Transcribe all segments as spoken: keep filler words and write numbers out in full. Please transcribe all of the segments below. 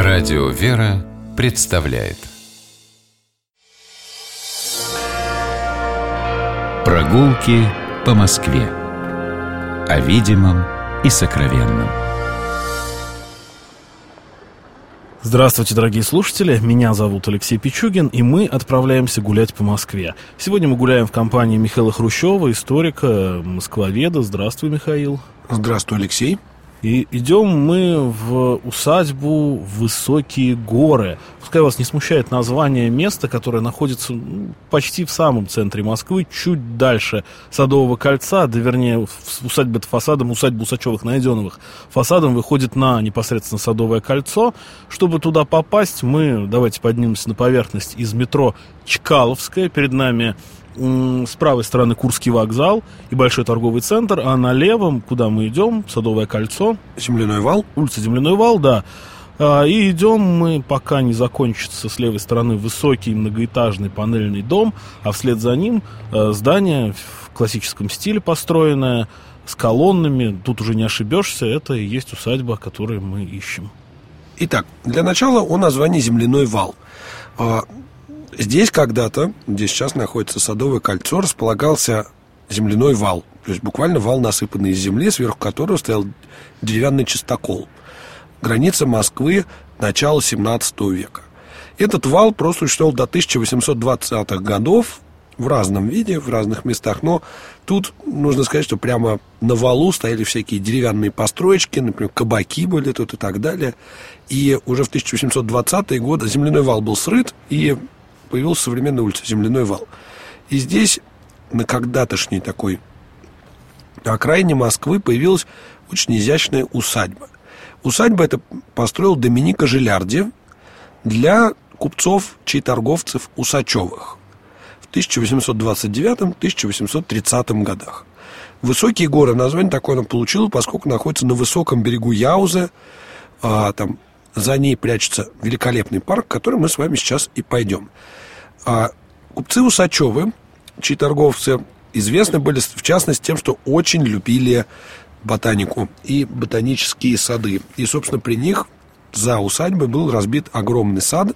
Радио «Вера» представляет Прогулки по Москве. О видимом и сокровенном. Здравствуйте, дорогие слушатели, меня зовут Алексей Пичугин, и мы отправляемся гулять по Москве. Сегодня мы гуляем в компании Михаила Хрущева, историка, москвоведа. Здравствуй, Михаил. Здравствуй, Алексей. И идем мы в усадьбу Высокие горы. Пускай вас не смущает название места, которое находится почти в самом центре Москвы, чуть дальше Садового кольца, да вернее, усадьба фасадом, усадьба Усачевых-Найденовых фасадом выходит на непосредственно Садовое кольцо. Чтобы туда попасть, мы, давайте поднимемся на поверхность из метро Чкаловская. Перед нами с правой стороны Курский вокзал и большой торговый центр, а на левом, куда мы идем, Садовое кольцо, Земляной вал. Улица Земляной вал, да. И идем мы, пока не закончится с левой стороны высокий многоэтажный панельный дом, а вслед за ним здание в классическом стиле построенное, с колоннами. Тут уже не ошибешься, это и есть усадьба, которую мы ищем. Итак, для начала о названии Земляной вал. Здесь когда-то, где сейчас находится Садовое кольцо, располагался земляной вал. То есть буквально вал, насыпанный из земли, сверху которого стоял деревянный частокол. Граница Москвы начала семнадцатого века. Этот вал просуществовал до тысяча восемьсот двадцатых годов в разном виде, в разных местах. Но тут нужно сказать, что прямо на валу стояли всякие деревянные построечки, например, кабаки были тут и так далее. И уже в тысяча восемьсот двадцатые годы земляной вал был срыт, и появилась современная улица Земляной вал. И здесь, на когда-тошней такой окраине Москвы, появилась очень изящная усадьба. Усадьба эта построил Доминика Жилярди для купцов-чайторговцев Усачевых в тысяча восемьсот двадцать девятом — тысяча восемьсот тридцатом годах. Высокие горы, название такое она получила, поскольку находится на высоком берегу Яузы, а, там за ней прячется великолепный парк, в который мы с вами сейчас и пойдем. А купцы Усачевы, чьи торговцы, известны были, в частности, тем, что очень любили ботанику и ботанические сады. И, собственно, при них за усадьбой был разбит огромный сад,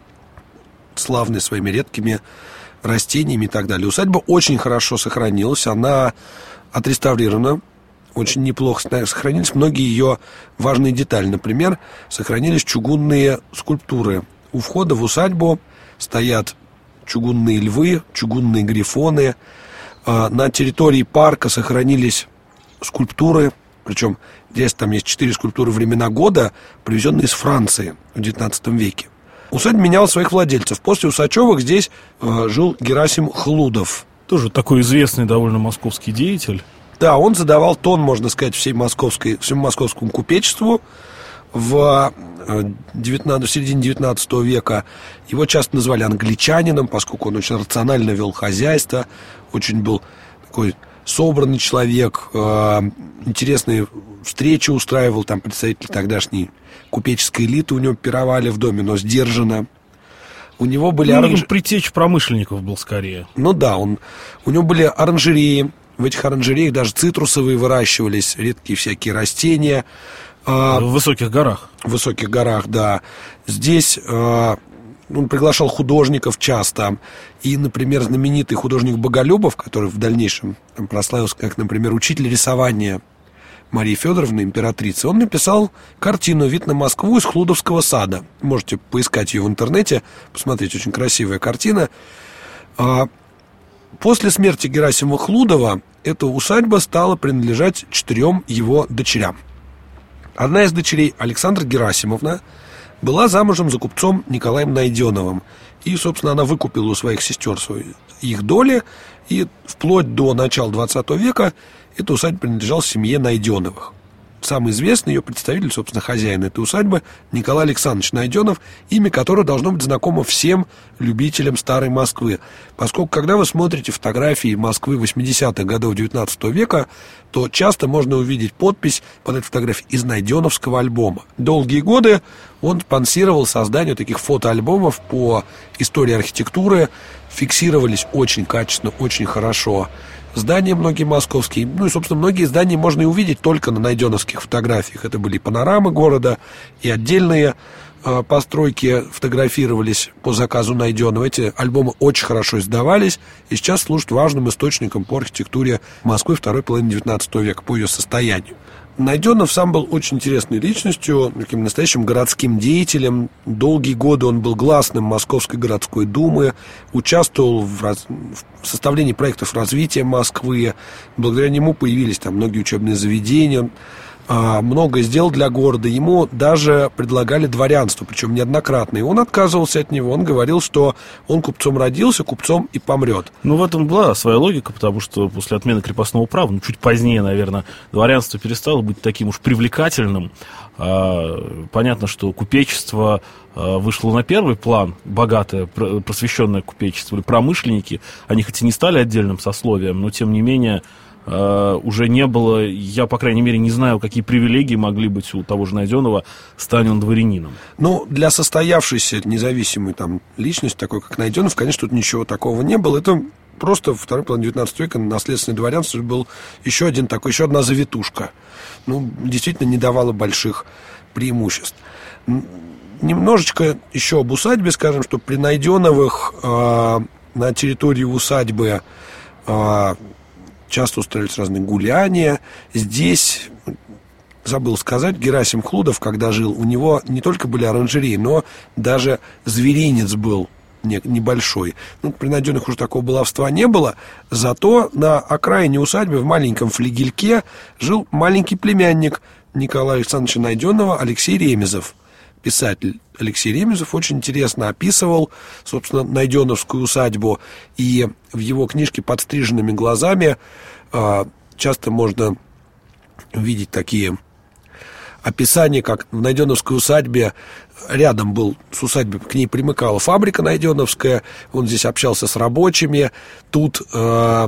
славный своими редкими растениями и так далее. Усадьба очень хорошо сохранилась, она отреставрирована, очень неплохо сохранились многие ее важные детали. Например, сохранились чугунные скульптуры. У входа в усадьбу стоят чугунные львы, чугунные грифоны. На территории парка сохранились скульптуры, причем здесь там есть четыре скульптуры времена года, привезенные из Франции в девятнадцатом веке. Усадьба меняла своих владельцев. После Усачевых здесь жил Герасим Хлудов. Тоже такой известный довольно московский деятель. Да, он задавал тон, можно сказать, всей московской, всему московскому купечеству в, девятнадцатом, в середине девятнадцатого века. Его часто называли англичанином, поскольку он очень рационально вел хозяйство, очень был такой собранный человек, интересные встречи устраивал, там представители тогдашней купеческой элиты у него пировали в доме, но сдержанно. У него были ну, оранж... притечь промышленников был скорее. Ну да, он... у него были оранжереи. В этих оранжереях даже цитрусовые выращивались, редкие всякие растения. В высоких горах. В высоких горах, да. Здесь он приглашал художников часто. И, например, знаменитый художник Боголюбов, который в дальнейшем прославился как, например, учитель рисования Марии Федоровны, императрицы, он написал картину «Вид на Москву» из Хлудовского сада. Можете поискать ее в интернете, посмотреть, очень красивая картина. После смерти Герасима Хлудова эта усадьба стала принадлежать четырем его дочерям. Одна из дочерей, Александра Герасимовна, была замужем за купцом Николаем Найденовым. И, собственно, она выкупила у своих сестер свои, их доли. И вплоть до начала двадцатого века эта усадьба принадлежала семье Найденовых. Самый известный ее представитель, собственно, хозяин этой усадьбы, Николай Александрович Найденов, имя которого должно быть знакомо всем любителям старой Москвы. Поскольку, когда вы смотрите фотографии Москвы восьмидесятых годов девятнадцатого века, то часто можно увидеть подпись под этой фотографией из Найденовского альбома. Долгие годы он спонсировал создание таких фотоальбомов по истории архитектуры. Фиксировались очень качественно, очень хорошо здания многие московские. Ну и, собственно, многие здания можно и увидеть только на найденовских фотографиях. Это были панорамы города и отдельные э, постройки фотографировались по заказу Найденова. Эти альбомы очень хорошо издавались и сейчас служат важным источником по архитектуре Москвы второй половины девятнадцатого века, по ее состоянию. Найденов сам был очень интересной личностью, таким настоящим городским деятелем. Долгие годы он был гласным Московской городской думы, участвовал в, раз... в составлении проектов развития Москвы. Благодаря нему появились там многие учебные заведения. Много сделал для города. Ему даже предлагали дворянство, причем неоднократно. И он отказывался от него. Он говорил, что он купцом родился, купцом и помрет. Ну, в этом была своя логика, потому что после отмены крепостного права, ну, чуть позднее, наверное, дворянство перестало быть таким уж привлекательным. А, понятно, что купечество а, вышло на первый план, богатое, просвещенное купечество, или промышленники. Они хоть и не стали отдельным сословием, но, тем не менее, Uh, уже не было, я, по крайней мере, не знаю, какие привилегии могли быть у того же Найденова, стань он дворянином. Ну, для состоявшейся независимой там личности, такой как Найденов, конечно, тут ничего такого не было. Это просто второй половине девятнадцатого века наследственное дворянство был еще один такой, еще одна завитушка. Ну, действительно, не давало больших преимуществ. Немножечко еще об усадьбе скажем, что при Найденовых э, на территории усадьбы э, часто устраивались разные гуляния. Здесь, забыл сказать, Герасим Хлудов, когда жил, у него не только были оранжереи, но даже зверинец был небольшой. Ну, при Найденных уже такого баловства не было, зато на окраине усадьбы в маленьком флигельке жил маленький племянник Николая Александровича Найденова, Алексей Ремезов. Писатель Алексей Ремезов очень интересно описывал, собственно, Найденовскую усадьбу, и в его книжке «Подстриженными глазами» э, часто можно увидеть такие описания, как в Найденовской усадьбе рядом был с усадьбой, к ней примыкала фабрика Найденовская, он здесь общался с рабочими, тут э,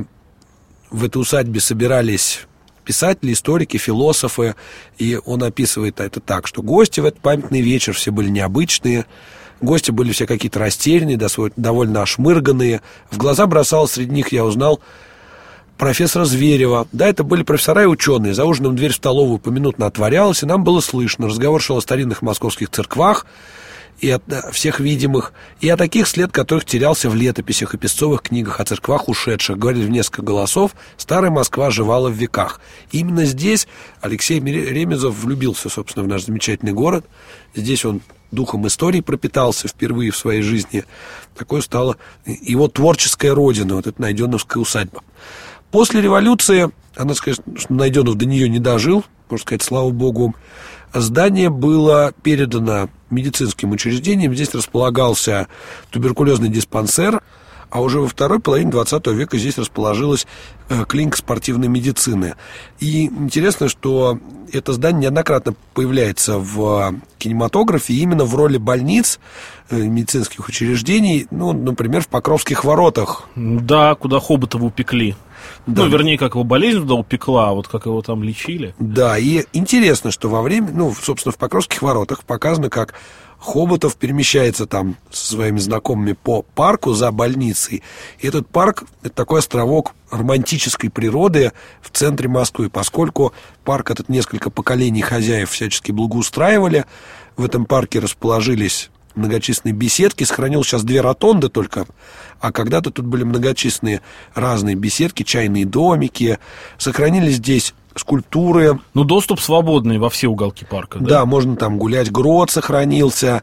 в этой усадьбе собирались писатели, историки, философы, и он описывает это так, что гости в этот памятный вечер все были необычные, гости были все какие-то растерянные, довольно ошмырганные, в глаза бросалось среди них, я узнал, профессора Зверева. Да, это были профессора и ученые. За ужином дверь в столовую поминутно отворялась, и нам было слышно. Разговор шел о старинных московских церквах, и от всех видимых, и о таких, след которых терялся в летописях и песцовых книгах о церквах ушедших. Говорили в несколько голосов, старая Москва жевала в веках. И именно здесь Алексей Ремезов влюбился, собственно, в наш замечательный город. Здесь он духом истории пропитался впервые в своей жизни. Такое стало его творческая родина, вот эта Найденовская усадьба. После революции, она сказать, что Найденов до нее не дожил, можно сказать, слава богу, здание было передано медицинским учреждениям. Здесь располагался туберкулезный диспансер, а уже во второй половине двадцатого века здесь расположилась э, клиника спортивной медицины. И интересно, что это здание неоднократно появляется в кинематографе именно в роли больниц, э, медицинских учреждений, ну, например, в Покровских воротах. Да, куда Хоботова упекли. Да. Ну, вернее, как его болезнь туда упекла, а вот как его там лечили. Да, и интересно, что во время, ну, собственно, в Покровских воротах показано, как Хоботов перемещается там со своими знакомыми по парку за больницей. И этот парк – это такой островок романтической природы в центре Москвы, поскольку парк этот несколько поколений хозяев всячески благоустраивали. В этом парке расположились многочисленные беседки, сохранилось сейчас две ротонды только, а когда-то тут были многочисленные разные беседки, чайные домики, сохранились здесь скульптуры. Ну, доступ свободный во все уголки парка, да? Да, можно там гулять, грот сохранился,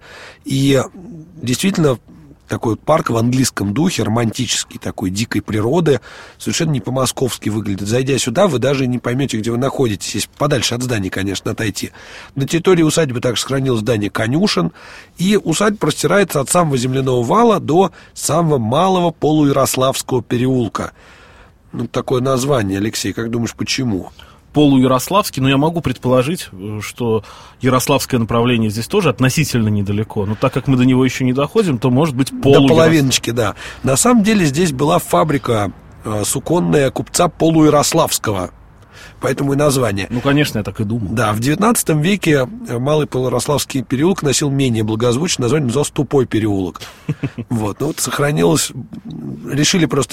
и действительно такой парк в английском духе, романтический, такой дикой природы, совершенно не по-московски выглядит. Зайдя сюда, вы даже не поймете, где вы находитесь, если подальше от здания, конечно, отойти. На территории усадьбы также сохранилось здание конюшен, и усадьба простирается от самого земляного вала до самого малого полуярославского переулка. Ну, такое название, Алексей, как думаешь, почему? Полуярославский, но я могу предположить, что ярославское направление здесь тоже относительно недалеко, но так как мы до него еще не доходим, то может быть полуярославский. До половиночки, да. На самом деле здесь была фабрика э, суконная купца Полуярославского, поэтому и название. Ну, конечно, я так и думал. Да, в девятнадцатом веке Малый Полуярославский переулок носил менее благозвучное название, назывался Тупой переулок. Вот, ну вот сохранилось, решили просто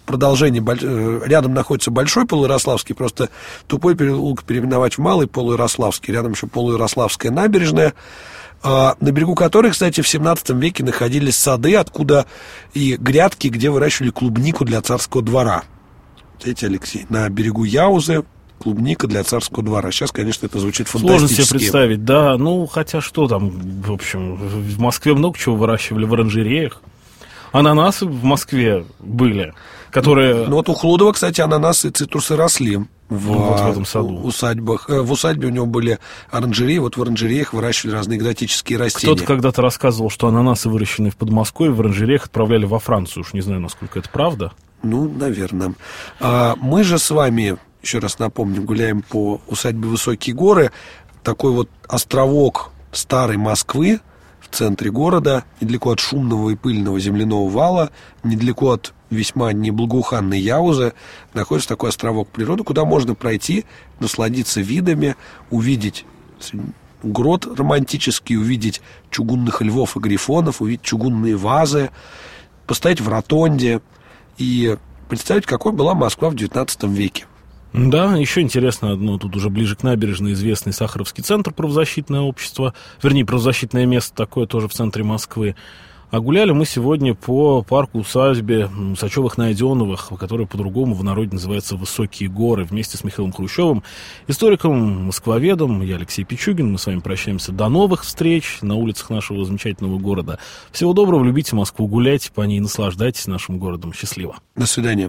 продолжение, рядом находится Большой Полуярославский, просто Тупой переулок переименовать в Малый Полуярославский, рядом еще Полуярославская набережная, на берегу которой, кстати, в семнадцатом веке находились сады, откуда и грядки, где выращивали клубнику для царского двора. Видите, Алексей, на берегу Яузы клубника для царского двора. Сейчас, конечно, это звучит фантастически. Сложно себе представить, да. Ну, хотя что там, в общем, в Москве много чего выращивали в оранжереях. Ананасы в Москве были, которые... Ну, вот у Хлудова, кстати, ананасы и цитрусы росли в, ну, вот в этом саду. усадьбах. В усадьбе у него были оранжереи, вот в оранжереях выращивали разные экзотические растения. Кто-то когда-то рассказывал, что ананасы, выращенные в Подмосковье, в оранжереях отправляли во Францию. Уж не знаю, насколько это правда. Ну, наверное. А мы же с вами, еще раз напомню, гуляем по усадьбе Высокие горы. Такой вот островок старой Москвы в центре города, недалеко от шумного и пыльного земляного вала, недалеко от весьма неблагоуханной Яузы, находится такой островок природы, куда можно пройти, насладиться видами, увидеть грот романтический, увидеть чугунных львов и грифонов, увидеть чугунные вазы, постоять в ротонде и представить, какой была Москва в девятнадцатом веке. Да, еще интересно одно, тут уже ближе к набережной известный Сахаровский центр, правозащитное общество, вернее, правозащитное место такое тоже в центре Москвы. А гуляли мы сегодня по парку-усадьбе Сачевых-Найденовых, который по-другому в народе называется «Высокие горы», вместе с Михаилом Хрущевым, историком, москвоведом. Я Алексей Пичугин. Мы с вами прощаемся. До новых встреч на улицах нашего замечательного города. Всего доброго, любите Москву, гуляйте по ней, наслаждайтесь нашим городом. Счастливо. До свидания.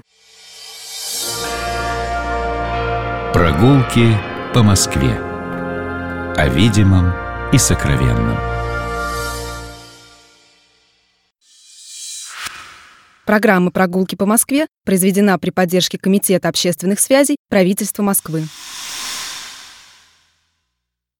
Прогулки по Москве. О видимом и сокровенном. Программа «Прогулки по Москве» произведена при поддержке Комитета общественных связей правительства Москвы.